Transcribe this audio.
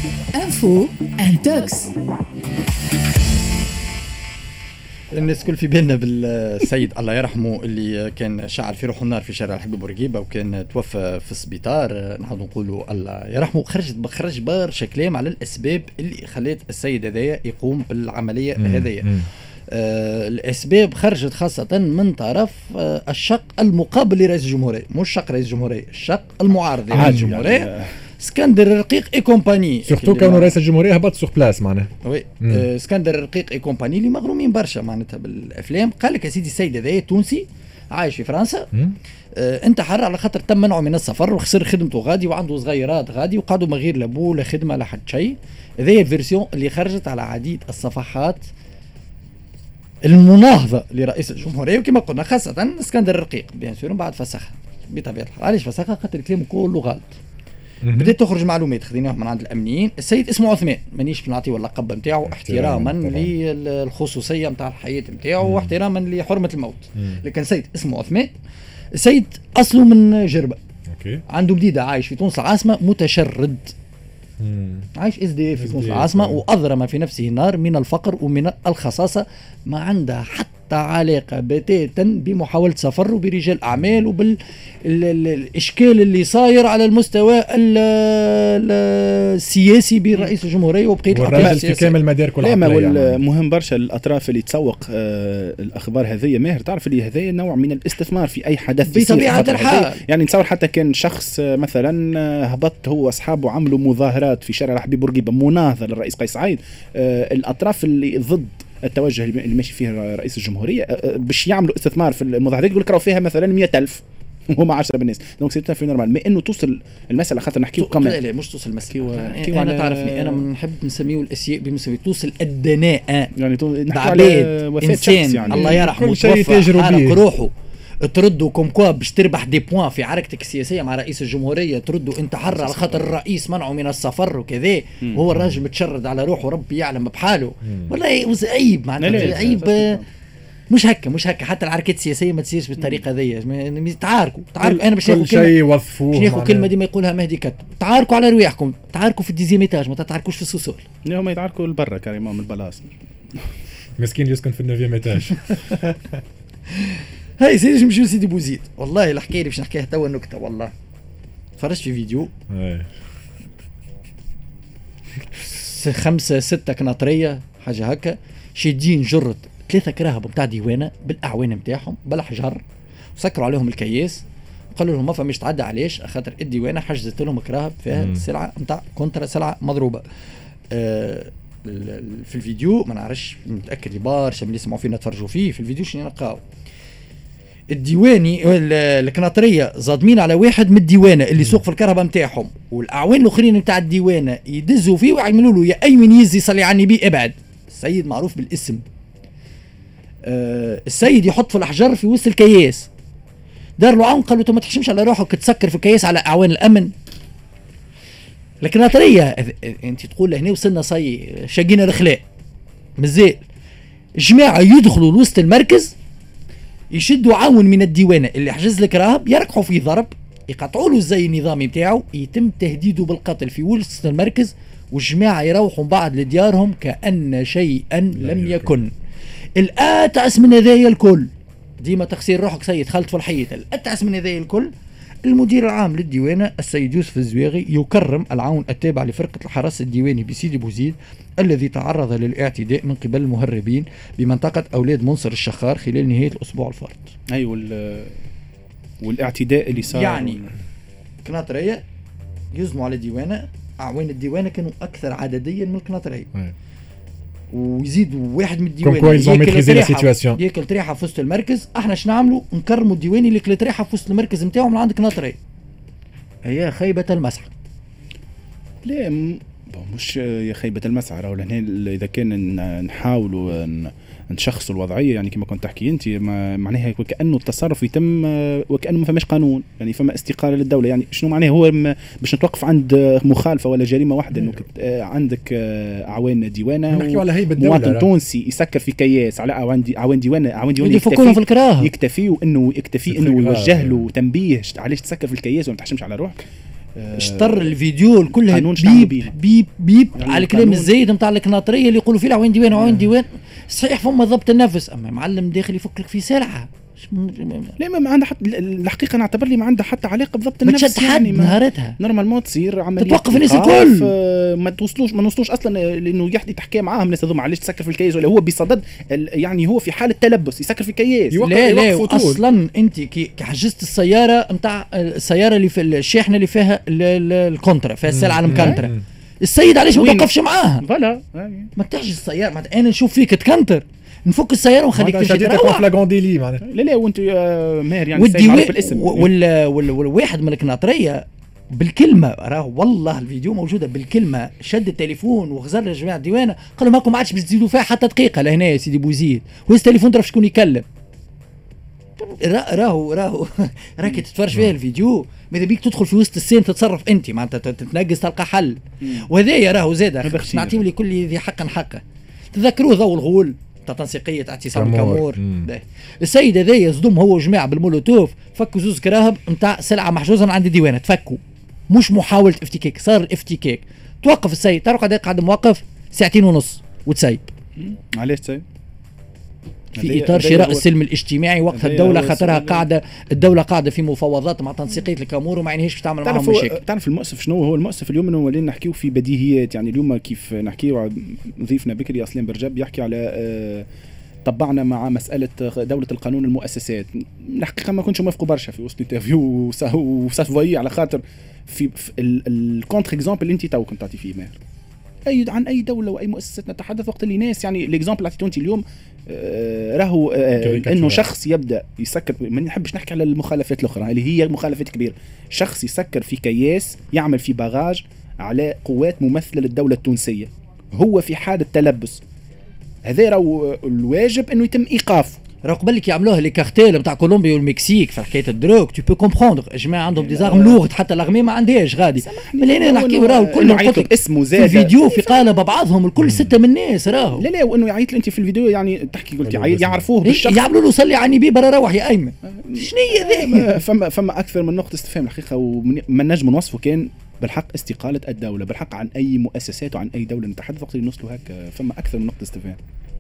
انفو انتوكس. الناس كل في بالنا بالسيد الله يرحمه اللي كان شعل في روحه النار في شارع الحبيب بورقيبه وكان توفى في السبيطار. نحن نقولوا الله يرحمه. خرج برشا كلام على الاسباب اللي خلت السيد هذايا يقوم بالعمليه هذيا. الاسباب خرجت خاصه من طرف الشق المقابل لرئيس الجمهوريه، مش شق رئيس الجمهوريه، الشق المعارض لرئيس الجمهوريه اسكندر الرقيق اي كومباني. سورتو كانوا رئيس الجمهوريه هبط سوغ بلاس معناها. وي اسكندر الرقيق اي كومباني اللي مغرومين برشا معناتها بالافلام. قال لك يا سيدي السيد هذايا تونسي عايش في فرنسا، انت حر على خاطر تم منعه من السفر وخسر خدمته غادي وعنده صغيرات غادي وقعدوا من غير لابو لا خدمه لا حد شيء. هذه الفيرسيون اللي خرجت على عديد الصفحات المناهضه لرئيس الجمهوريه، وكما قلنا خاصه اسكندر الرقيق بيان سور. بعد فسخها بطبيعه الحال. علاش فسخها؟ خاطر كلامه كله غلط. بدات تخرج معلومات خذيناها من عند الامنيين. السيد اسمه عثمان، مانيش باش نعطيه اللقب نتاعو احتراما للخصوصيه نتاع الحياه نتاعو واحتراما لحرمه الموت، لكن السيد اسمه عثمان. السيد اصله من جربه، عنده بديده، عايش في تونس العاصمه، متشرد، عايش اس دي في تونس العاصمه، واضرم في نفسه النار من الفقر ومن الخصاصه، ما عندها حتى علاقه بتاتا بمحاوله سفر برجال اعمال وبالاشكال اللي صاير على المستوى السياسي برئيس الجمهوريه وبقيه الاطراف في كامل مدارك العقليه. مهم برشا الاطراف اللي تسوق الاخبار هذه. ماهر تعرف اللي هذا نوع من الاستثمار في اي حدث بطبيعه الحال. يعني نتصور حتى كان شخص مثلا هبط هو واصحابه عملوا مظاهرات في شارع الحبيب بورقيبه مناهضه للرئيس قيس سعيد، الاطراف اللي ضد التوجه اللي ماشي فيه رئيس الجمهوريه باش يعملوا استثمار في المظاهرات، يقول لك راهو فيها مثلا 100,000 وهم 10 بالناس، دونك سيتان في نورمال. ما انه توصل المساله خاطر نحكيو كمان. لا مش توصل المساله. انا تعرفني انا نحب نسميه الاشياء بمسمى توصل الدناء. يعني نحكي على وفاه شخص يعني الله يرحمه توفى حرق روحه. تردوا كوم كوا باش تربح دي بوان في عركتك السياسيه مع رئيس الجمهوريه، تردوا انت حر على خاطر الرئيس منعه من السفر وكذا، وهو الراجل متشرد على روحه ربي يعلم بحاله. والله عيب معناتها، عيب. مش هكا حتى العركات السياسيه ما تصيرش بالطريقه هذيا. تعاركوا انا باش كل شيء يوظفوه. ناخذ كلمه ديما يقولها مهدي كتب، تعاركوا على رواحكم، تعاركوا في الديزيام ايتاج، ما تتعاركوش في السوسول. اليوم يتعاركوا لبرا كريم من البلاصه. مسكين يسكن في النوفيام ايتاج. هاي سيدي نمشيو لسيدي بوزيد. والله الحكايه اللي باش نحكيها توا نكته. والله فرجت في فيديو 5-6 قناطريه حاجه هكا شادين جرة 3 كراهب نتاع ديوانه بالاعوان نتاعهم بالحجر، وسكروا عليهم الكياس وقالوا لهم ما فماش تعدى. علاش؟ خاطر الديوانه حجزت لهم كراهب فيها سلعه نتاع كونترا، سلعه مضروبه. في الفيديو ما نعرفش متاكد برشا من اللي يسمعوا فينا تفرجوا فيه في الفيديو شنو نلقاو. الديواني الكناطريه صادمين على واحد من الديوانه اللي سوق في الكهرباء نتاعهم، والاعوان الاخرين نتاع الديوانه يدزوا فيه ويعملوا له يا ايمن يزي صلي على النبي ابعد. السيد معروف بالاسم. السيد يحط في الاحجار في وسط الكياس، دار له عون، قالوا ما تحشمش على روحك تسكر في الكياس على اعوان الامن. الكناطريه انت تقول هنا وصلنا صي شاقينا الخلاء مازال. جماعه يدخلوا لوسط المركز يشدوا عون من الديوانه اللي حجز لك راهب، يركحوا فيه ضرب، يقطعوا له الزي النظامي بتاعه، يتم تهديده بالقتل في وسط المركز، والجماعه يروحوا بعض لديارهم كأن شيئا لم يكن. الاتعس من هذايا الكل ديما تخسير روحك سيد خالد في الحيط. الاتعس من هذايا الكل المدير العام للديوانه السيد يوسف الزويغي يكرم العون التابع لفرقه الحرس الديواني بسيدي بوزيد الذي تعرض للاعتداء من قبل المهربين بمنطقه اولاد منصر الشخار خلال نهايه الاسبوع الفارط. والاعتداء اللي صار يعني كناطريه يزموا على الديوانه، اعوان الديوانه كانوا اكثر عدديا من الكناطريه، ويزيدوا واحد من الديواني ياكل طريحه في وسط المركز. احنا شنو نعملوا؟ نكرموا الديواني اللي ياكل طريحه في وسط المركز نتاعو من عند كناطريه. هي خيبه المسعى. لا مش يا خيبه المسعى، راهو هنا اذا كان نحاولوا نشخصوا الوضعيه يعني كما كنت تحكي انت، معناها وكانه التصرف يتم وكانه ما فماش قانون، يعني فما استقاله للدوله. يعني شنو معناه؟ هو باش نتوقف عند مخالفه ولا جريمه واحده انه عندك اعوان ديوانه نحكيو على هيبه الدوله، مواطن تونسي يسكر في كياس على اعوان ديوانه يكتفي انه يوجه له تنبيه علاش تسكر في الكياس وما تحشمش على روحك. اشتر الفيديو كلها قانون تعمل بيب بيه. بيب بيب يعني على الكلام القانون- الزايد نتاع الكناطريه اللي يقولوا فيه وين ديوان وين ديوان. صحيح فما ضبط النفس، اما معلم داخل يفك لك في سلعه. لا ما عندها حتى الحقيقه نعتبر لي ما عندها حتى علاقه بضبط ما النفس تشد حد نهارتها. نورمالمون تصير عمليه تتوقف الناس إيقاف، الكل. ما نوصلوش اصلا لانه يحكي تحكي معاهم الناس هذوما علاش تسكر في الكياس، ولا هو بصدد يعني هو في حاله تلبس يسكر في الكياس. لا اصلا انت كي حجزت السياره نتاع السياره اللي في الشاحنه اللي فيها الكونترا فيها السلعه المكنتره، السيد علاش ما توقفش معاها؟ فوالا ما تحجز السياره، انا نشوف فيك تكنتر نفك السياره ونخليك تمشي تروح. لا معناتها لا وانت ماهر يعني والديوان بالاسم والواحد من الكناطريه بالكلمه راه والله الفيديو موجوده بالكلمه، شد التليفون وغزر لجماعه الديوانه قال لهم هاكم ما عادش باش تزيدوا فيها حتى دقيقه لهنا يا سيدي بوزيد، وهز التليفون تعرف شكون يكلم. راهو راكي تتفرج فيها الفيديو ماذا بيك تدخل في وسط السين تتصرف انت معناتها تتنقز تلقى حل. وهذايا راهو زاد نعطيهم لكل ذي حق حقه. تذكروه ضوء الغول تاع تنسيقيه اعتصام كامور. السيد هذايا صدم هو وجماعه بالمولوتوف فكوا زوز كراهب نتاع سلعه محجوزه عند الديوانه، تفكوا مش محاوله افتكاك، صار الافتكاك. توقف السيد تعرف قاعد موقف 2.5 ساعة وتسيب. علاش تسيب؟ في اطار شراء السلم الاجتماعي وقتها الدوله خاطرها قاعده الدوله قاعده في مفاوضات مع تنسيقيه الكامور وما عينيهش باش تعمل معاهم مشاكل. تعرف المؤسف شنو هو المؤسف اليوم؟ انه ولينا نحكيو في بديهيات. يعني اليوم كيف نحكيو ضيفنا بكري اصلين برجب يحكي على طبعنا مع مساله دوله القانون المؤسسات. الحقيقه ما كنتش موافقه برشا في وسط انترفيو وسافوي على خاطر في الكونتر اكزامبل اللي انت تو كنت تعطي فيه ماهر عن اي دوله واي مؤسسات نتحدث وقت اللي ناس يعني الاكزامبل اللي عطيته انت اليوم راهو انه شخص يبدا يسكر. ما نحبش نحكي على المخالفات الاخرى اللي هي مخالفات كبيره. شخص يسكر في كياس يعمل في باراج على قوات ممثله للدوله التونسيه، هو في حاله تلبس. هذا راهو الواجب انه يتم ايقافه. راهو قبل لك يعملوها لي كارتيل نتاع كولومبيا والمكسيك في حكايه الدروغ تو بو كومبروندر. الجماعه عندهم ديزارم لوغد حتى الاغميه ما عندهاش غادي. من هنا نحكيو راهو الكل يعيط اسمه زاد في الفيديو في قالب بعضهم الكل 6 من الناس راهو. لا وانه يعيط انت في الفيديو يعني تحكي قلت يعرفوه بالشخص يعملوا له صلي على النبي برا روح يا ايمن. شنو هي فما اكثر من نقطه استفهام الحقيقه وما نجم نوصفه كان بالحق استقاله الدوله بالحق عن اي مؤسسات وعن اي دوله نتحدث وقت اللي نوصلوا هكا. فما اكثر من نقطه استفهام.